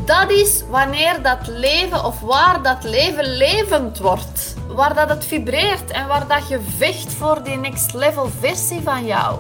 Dat is wanneer dat leven of waar dat leven levend wordt. Waar dat het vibreert en waar dat je vecht voor die next level versie van jou.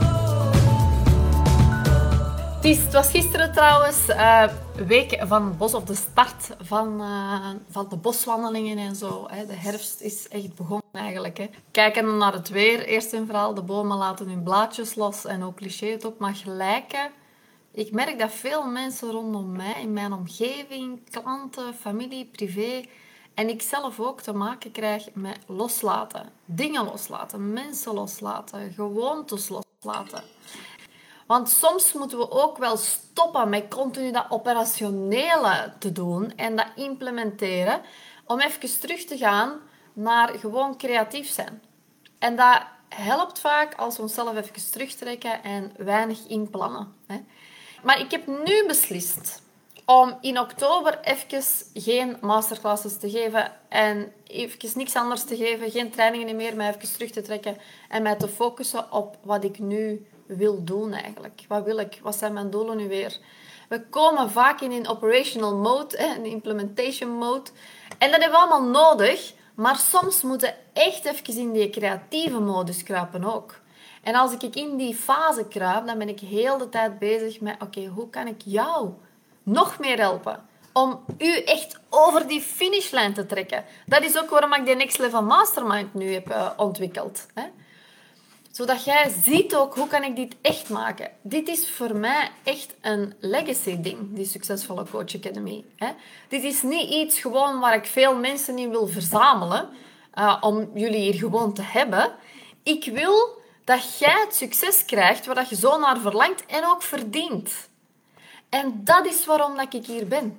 Het was gisteren trouwens week van bos, of de start van de boswandelingen en zo. De herfst is echt begonnen eigenlijk. Kijken naar het weer, eerst en vooral de bomen laten hun blaadjes los en ook cliché het op mag lijken. Ik merk dat veel mensen rondom mij, in mijn omgeving, klanten, familie, privé en ik zelf ook te maken krijg met loslaten. Dingen loslaten, mensen loslaten, gewoontes loslaten. Want soms moeten we ook wel stoppen met continu dat operationele te doen en dat implementeren om even terug te gaan naar gewoon creatief zijn. En dat helpt vaak als we onszelf even terugtrekken en weinig inplannen. Maar ik heb nu beslist om in oktober even geen masterclasses te geven en even niks anders te geven, geen trainingen meer, mij even terug te trekken en mij te focussen op wat ik nu wil doen eigenlijk. Wat wil ik? Wat zijn mijn doelen nu weer? We komen vaak in een operational mode, een implementation mode. En dat hebben we allemaal nodig, maar soms moeten we echt even in die creatieve modus kruipen ook. En als ik in die fase kruip, dan ben ik heel de tijd bezig met oké, hoe kan ik jou nog meer helpen om u echt over die finishlijn te trekken? Dat is ook waarom ik de Next Level Mastermind nu heb ontwikkeld. Zodat jij ziet ook, hoe kan ik dit echt maken? Dit is voor mij echt een legacy-ding, die Succesvolle Coach Academy. Dit is niet iets gewoon waar ik veel mensen in wil verzamelen, om jullie hier gewoon te hebben. Ik wil dat jij het succes krijgt waar je zo naar verlangt en ook verdient. En dat is waarom dat ik hier ben.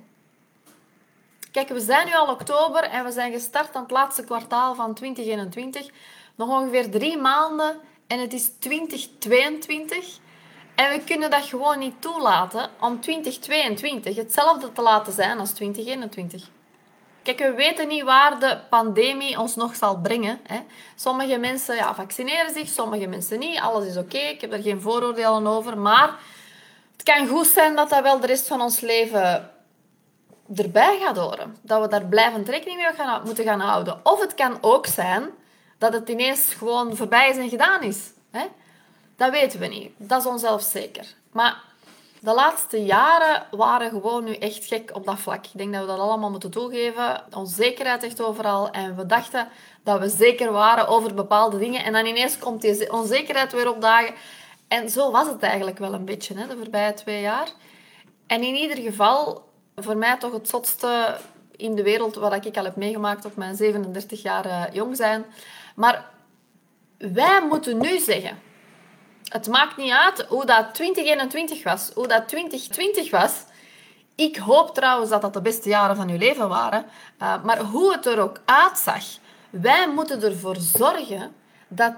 Kijk, we zijn nu al oktober en we zijn gestart aan het laatste kwartaal van 2021. Nog ongeveer 3 maanden en het is 2022. En we kunnen dat gewoon niet toelaten om 2022 hetzelfde te laten zijn als 2021. Kijk, we weten niet waar de pandemie ons nog zal brengen. Sommige mensen vaccineren zich, sommige mensen niet. Alles is oké, ik heb er geen vooroordelen over. Maar het kan goed zijn dat dat wel de rest van ons leven erbij gaat horen. Dat we daar blijvend rekening mee moeten gaan houden. Of het kan ook zijn dat het ineens gewoon voorbij is en gedaan is. Dat weten we niet. Dat is onzelfzeker. Maar de laatste jaren waren gewoon nu echt gek op dat vlak. Ik denk dat we dat allemaal moeten toegeven. Onzekerheid echt overal. En we dachten dat we zeker waren over bepaalde dingen. En dan ineens komt die onzekerheid weer opdagen. En zo was het eigenlijk wel een beetje, de voorbije 2 jaar. En in ieder geval, voor mij toch het zotste in de wereld wat ik al heb meegemaakt op mijn 37 jaar jong zijn. Maar wij moeten nu zeggen, het maakt niet uit hoe dat 2021 was, hoe dat 2020 was. Ik hoop trouwens dat dat de beste jaren van uw leven waren. Maar hoe het er ook uitzag, wij moeten ervoor zorgen dat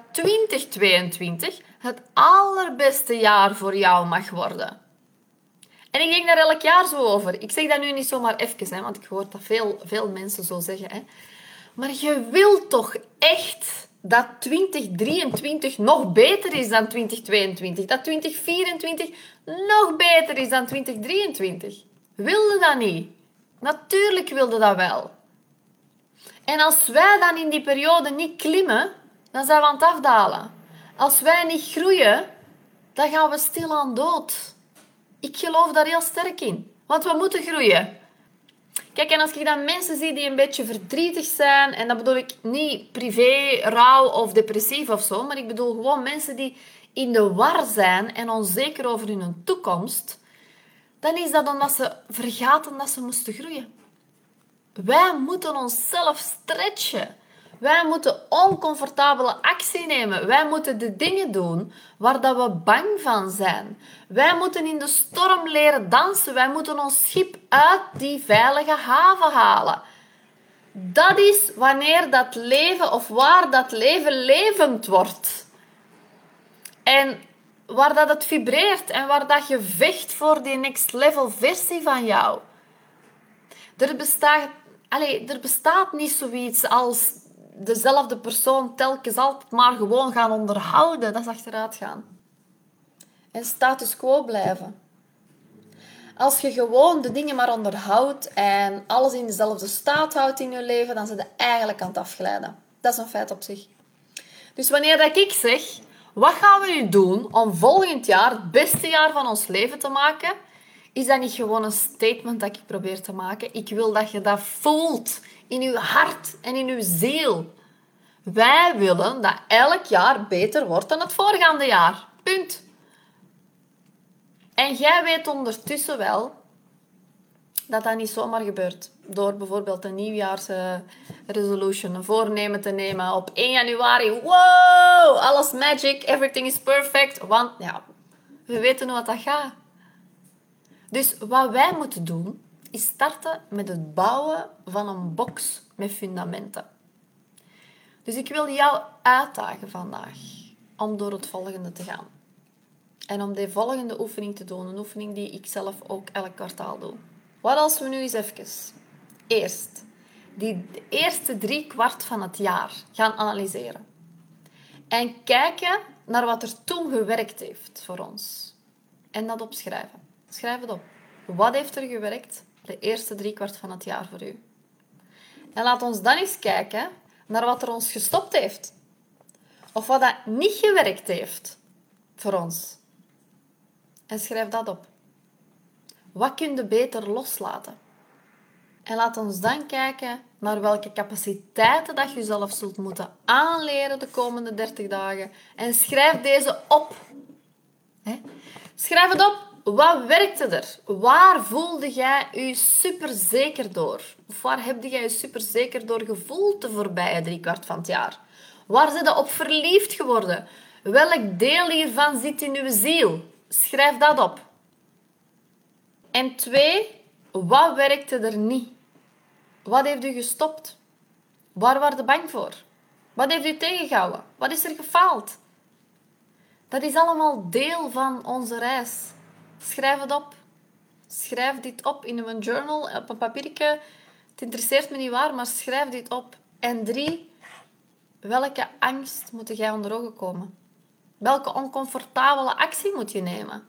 2022 het allerbeste jaar voor jou mag worden. En ik denk daar elk jaar zo over. Ik zeg dat nu niet zomaar even, want ik hoor dat veel mensen zo zeggen. Maar je wilt toch echt dat 2023 nog beter is dan 2022. Dat 2024 nog beter is dan 2023. Wilde dat niet? Natuurlijk wilde dat wel. En als wij dan in die periode niet klimmen, dan zijn we aan het afdalen. Als wij niet groeien, dan gaan we stilaan dood. Ik geloof daar heel sterk in. Want we moeten groeien. Kijk, en als ik dan mensen zie die een beetje verdrietig zijn, en dat bedoel ik niet privé, rouw of depressief of zo, maar ik bedoel gewoon mensen die in de war zijn en onzeker over hun toekomst, dan is dat omdat ze vergaten dat ze moesten groeien. Wij moeten onszelf stretchen. Wij moeten oncomfortabele actie nemen. Wij moeten de dingen doen waar dat we bang van zijn. Wij moeten in de storm leren dansen. Wij moeten ons schip uit die veilige haven halen. Dat is wanneer dat leven of waar dat leven levend wordt. En waar dat het vibreert en waar dat je vecht voor die next level versie van jou. Er bestaat niet zoiets als dezelfde persoon telkens altijd maar gewoon gaan onderhouden. Dat is achteruit gaan. En status quo blijven. Als je gewoon de dingen maar onderhoudt en alles in dezelfde staat houdt in je leven, dan zit je eigenlijk aan het afglijden. Dat is een feit op zich. Dus wanneer dat ik zeg, wat gaan we nu doen om volgend jaar het beste jaar van ons leven te maken, is dat niet gewoon een statement dat ik probeer te maken. Ik wil dat je dat voelt in je hart en in je ziel. Wij willen dat elk jaar beter wordt dan het voorgaande jaar. Punt. En jij weet ondertussen wel dat dat niet zomaar gebeurt. Door bijvoorbeeld een nieuwjaarsresolution, een voornemen te nemen op 1 januari. Wow, alles magic, everything is perfect. Want ja, we weten hoe dat gaat. Dus wat wij moeten doen, is starten met het bouwen van een box met fundamenten. Dus ik wil jou uitdagen vandaag om door het volgende te gaan. En om de volgende oefening te doen. Een oefening die ik zelf ook elk kwartaal doe. Wat als we nu eens even eerst de eerste 3/4 van het jaar gaan analyseren. En kijken naar wat er toen gewerkt heeft voor ons. En dat opschrijven. Schrijf het op. Wat heeft er gewerkt de eerste 3/4 van het jaar voor u? En laat ons dan eens kijken naar wat er ons gestopt heeft. Of wat dat niet gewerkt heeft voor ons. En schrijf dat op. Wat kun je beter loslaten? En laat ons dan kijken naar welke capaciteiten dat je zelf zult moeten aanleren de komende 30 dagen. En schrijf deze op. Schrijf het op. Wat werkte er? Waar voelde jij je superzeker door? Of waar heb jij je superzeker door gevoeld de voorbije 3/4 van het jaar? Waar zit je op verliefd geworden? Welk deel hiervan zit in je ziel? Schrijf dat op. En 2, wat werkte er niet? Wat heeft u gestopt? Waar was je bang voor? Wat heeft u tegengehouden? Wat is er gefaald? Dat is allemaal deel van onze reis. Schrijf het op. Schrijf dit op in een journal, op een papiertje. Het interesseert me niet waar, maar schrijf dit op. En 3, welke angst moet jij onder ogen komen? Welke oncomfortabele actie moet je nemen?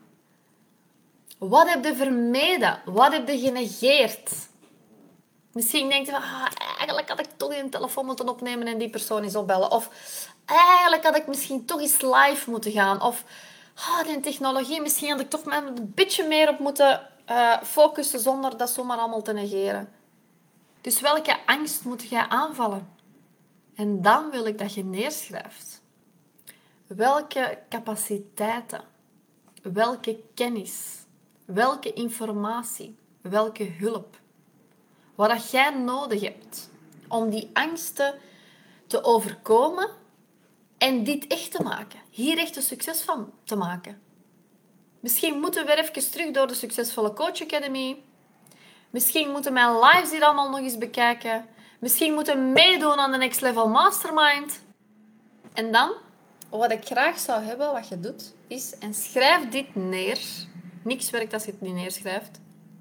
Wat heb je vermeden? Wat heb je genegeerd? Misschien denk je van, eigenlijk had ik toch een telefoon moeten opnemen en die persoon eens opbellen. Of eigenlijk had ik misschien toch eens live moeten gaan. Of die technologie, misschien had ik toch met een beetje meer op moeten focussen zonder dat zomaar allemaal te negeren. Dus welke angst moet jij aanvallen? En dan wil ik dat je neerschrijft. Welke capaciteiten, welke kennis, welke informatie, welke hulp, wat jij nodig hebt om die angsten te overkomen en dit echt te maken. Hier echt een succes van te maken. Misschien moeten we weer even terug door de succesvolle Coach Academy. Misschien moeten mijn lives hier allemaal nog eens bekijken. Misschien moeten we meedoen aan de Next Level Mastermind. En dan, wat ik graag zou hebben, wat je doet, is... En schrijf dit neer. Niks werkt als je het niet neerschrijft.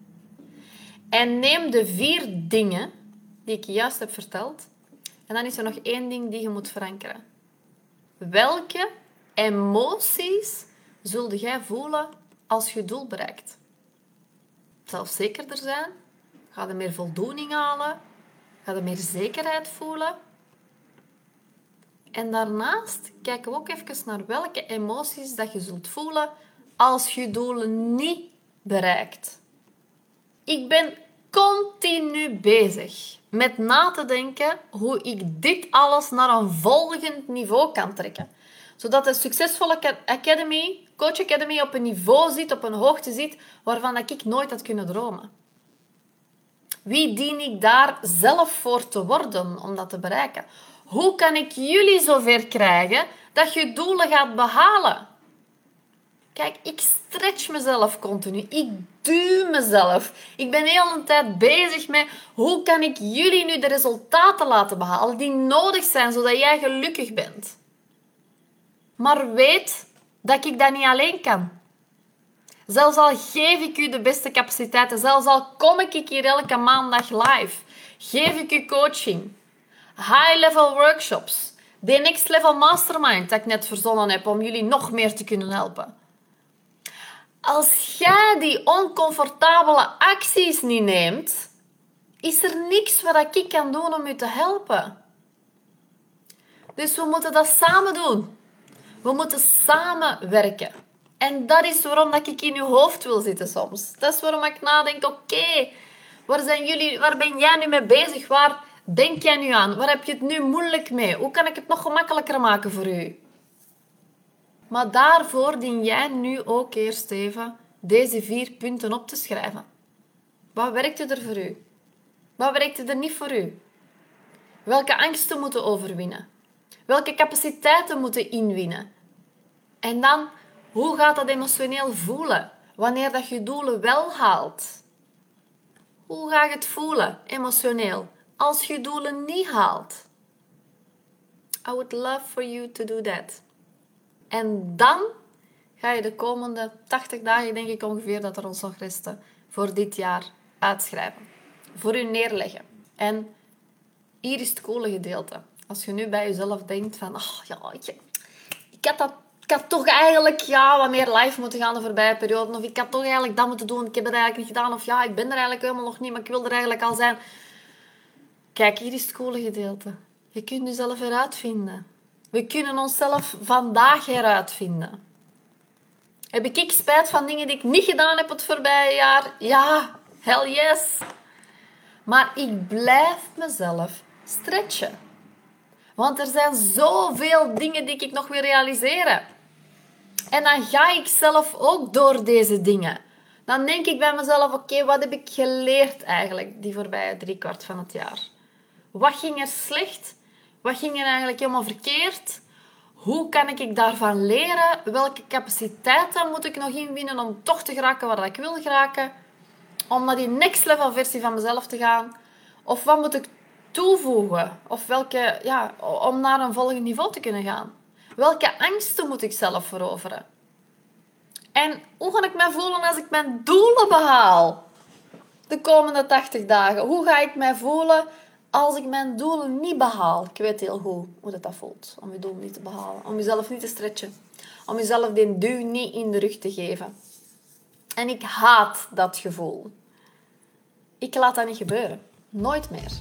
En neem de 4 dingen die ik je juist heb verteld. En dan is er nog 1 ding die je moet verankeren. Welke emoties zul jij voelen als je doel bereikt? Zelfzekerder zijn? Ga je meer voldoening halen? Ga je meer zekerheid voelen? En daarnaast kijken we ook even naar welke emoties dat je zult voelen als je doelen niet bereikt. Ik ben continu bezig met na te denken hoe ik dit alles naar een volgend niveau kan trekken. Zodat de succesvolle Academy, Coach Academy op een niveau zit, op een hoogte zit, waarvan ik nooit had kunnen dromen. Wie dien ik daar zelf voor te worden om dat te bereiken? Hoe kan ik jullie zover krijgen dat je doelen gaat behalen? Kijk, ik stretch mezelf continu. Ik duw mezelf. Ik ben heel de tijd bezig met hoe kan ik jullie nu de resultaten laten behalen die nodig zijn, zodat jij gelukkig bent. Maar weet dat ik dat niet alleen kan. Zelfs al geef ik u de beste capaciteiten, zelfs al kom ik hier elke maandag live, geef ik u coaching, high-level workshops, de Next Level Mastermind dat ik net verzonnen heb om jullie nog meer te kunnen helpen. Als jij die oncomfortabele acties niet neemt, is er niks wat ik kan doen om je te helpen. Dus we moeten dat samen doen. We moeten samen werken. En dat is waarom dat ik in je hoofd wil zitten soms. Dat is waarom ik nadenk, oké, waar ben jij nu mee bezig? Waar denk jij nu aan? Waar heb je het nu moeilijk mee? Hoe kan ik het nog gemakkelijker maken voor u? Maar daarvoor dien jij nu ook eerst even deze 4 punten op te schrijven. Wat werkte er voor u? Wat werkte er niet voor u? Welke angsten moeten overwinnen? Welke capaciteiten moeten inwinnen? En dan, hoe gaat dat emotioneel voelen wanneer dat je doelen wel haalt? Hoe ga je het voelen emotioneel als je doelen niet haalt? I would love for you to do that. En dan ga je de komende 80 dagen, denk ik ongeveer, dat er ons nog resten, voor dit jaar uitschrijven. Voor u neerleggen. En hier is het coole gedeelte. Als je nu bij jezelf denkt van, ik had toch eigenlijk wat meer live moeten gaan de voorbije periode. Of ik had toch eigenlijk dat moeten doen. Ik heb het eigenlijk niet gedaan. Of ik ben er eigenlijk helemaal nog niet, maar ik wil er eigenlijk al zijn. Kijk, hier is het coole gedeelte. Je kunt jezelf eruit vinden. We kunnen onszelf vandaag eruit vinden. Heb ik spijt van dingen die ik niet gedaan heb het voorbije jaar? Ja, hell yes. Maar ik blijf mezelf stretchen. Want er zijn zoveel dingen die ik nog wil realiseren. En dan ga ik zelf ook door deze dingen. Dan denk ik bij mezelf, oké, wat heb ik geleerd eigenlijk die voorbije 3/4 van het jaar? Wat ging er slecht? Wat ging er eigenlijk helemaal verkeerd? Hoe kan ik daarvan leren? Welke capaciteiten moet ik nog inwinnen om toch te geraken waar ik wil geraken? Om naar die next level versie van mezelf te gaan? Of wat moet ik toevoegen? Of om naar een volgend niveau te kunnen gaan? Welke angsten moet ik zelf veroveren? En hoe ga ik mij voelen als ik mijn doelen behaal? De komende 80 dagen. Hoe ga ik mij voelen als ik mijn doelen niet behaal? Ik weet heel goed hoe dat voelt. Om je doel niet te behalen. Om jezelf niet te stretchen. Om jezelf die duw niet in de rug te geven. En ik haat dat gevoel. Ik laat dat niet gebeuren. Nooit meer.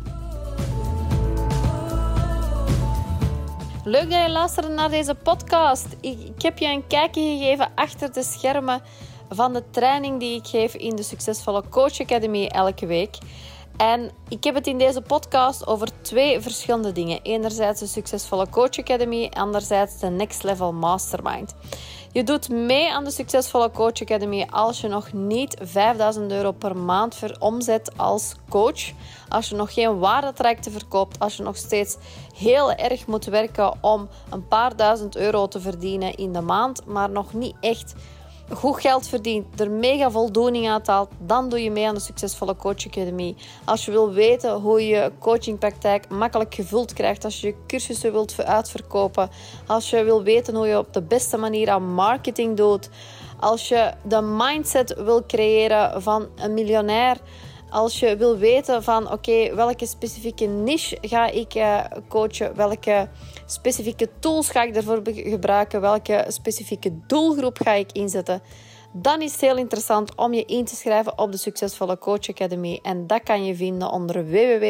Leuk dat je luisterde naar deze podcast. Ik heb je een kijkje gegeven achter de schermen van de training die ik geef in de Succesvolle Coach Academy elke week. En ik heb het in deze podcast over 2 verschillende dingen. Enerzijds de Succesvolle Coach Academy, anderzijds de Next Level Mastermind. Je doet mee aan de Succesvolle Coach Academy als je nog niet €5.000 per maand omzet als coach. Als je nog geen waardetrajecten verkoopt. Als je nog steeds heel erg moet werken om een paar €1000 te verdienen in de maand. Maar nog niet echt goed geld verdient, er mega voldoening uit haalt, dan doe je mee aan de Succesvolle Coach Academy. Als je wil weten hoe je coachingpraktijk makkelijk gevuld krijgt, als je je cursussen wilt uitverkopen, als je wil weten hoe je op de beste manier aan marketing doet, als je de mindset wil creëren van een miljonair, als je wil weten van welke specifieke niche ga ik coachen, welke specifieke tools ga ik ervoor gebruiken, welke specifieke doelgroep ga ik inzetten, dan is het heel interessant om je in te schrijven op de Succesvolle Coach Academy. En dat kan je vinden onder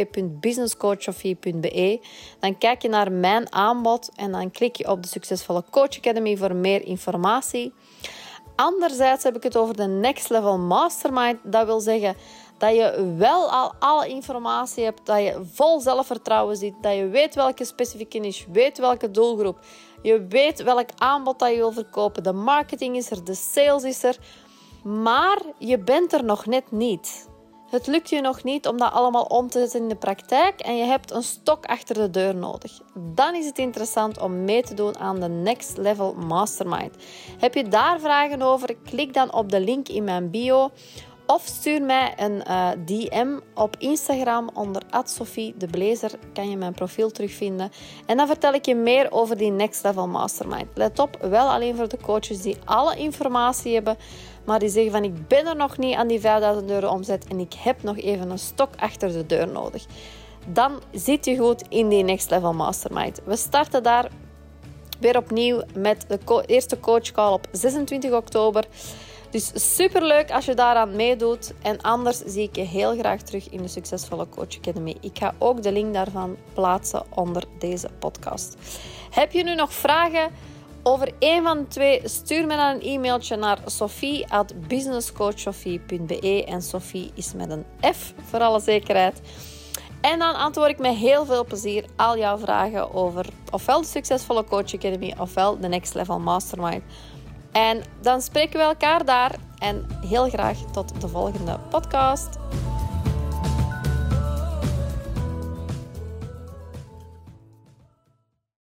www.businesscoachsofie.be. Dan kijk je naar mijn aanbod en dan klik je op de Succesvolle Coach Academy voor meer informatie. Anderzijds heb ik het over de Next Level Mastermind. Dat wil zeggen dat je wel al alle informatie hebt, dat je vol zelfvertrouwen zit, dat je weet welke specifieke niche, weet welke doelgroep, je weet welk aanbod dat je wil verkopen, de marketing is er, de sales is er, maar je bent er nog net niet. Het lukt je nog niet om dat allemaal om te zetten in de praktijk en je hebt een stok achter de deur nodig. Dan is het interessant om mee te doen aan de Next Level Mastermind. Heb je daar vragen over? Klik dan op de link in mijn bio. Of stuur mij een DM op Instagram onder @SophieDeBlazer. Kan je mijn profiel terugvinden. En dan vertel ik je meer over die Next Level Mastermind. Let op, wel alleen voor de coaches die alle informatie hebben, maar die zeggen van ik ben er nog niet aan die €5.000 omzet en ik heb nog even een stok achter de deur nodig. Dan zit je goed in die Next Level Mastermind. We starten daar weer opnieuw met de eerste coachcall op 26 oktober. Dus superleuk als je daaraan meedoet. En anders zie ik je heel graag terug in de Succesvolle Coach Academy. Ik ga ook de link daarvan plaatsen onder deze podcast. Heb je nu nog vragen over een van de twee? Stuur me dan een e-mailtje naar sophie@businesscoachsophie.be. En Sophie is met een F voor alle zekerheid. En dan antwoord ik met heel veel plezier al jouw vragen over ofwel de Succesvolle Coach Academy ofwel de Next Level Mastermind. En dan spreken we elkaar daar. En heel graag tot de volgende podcast.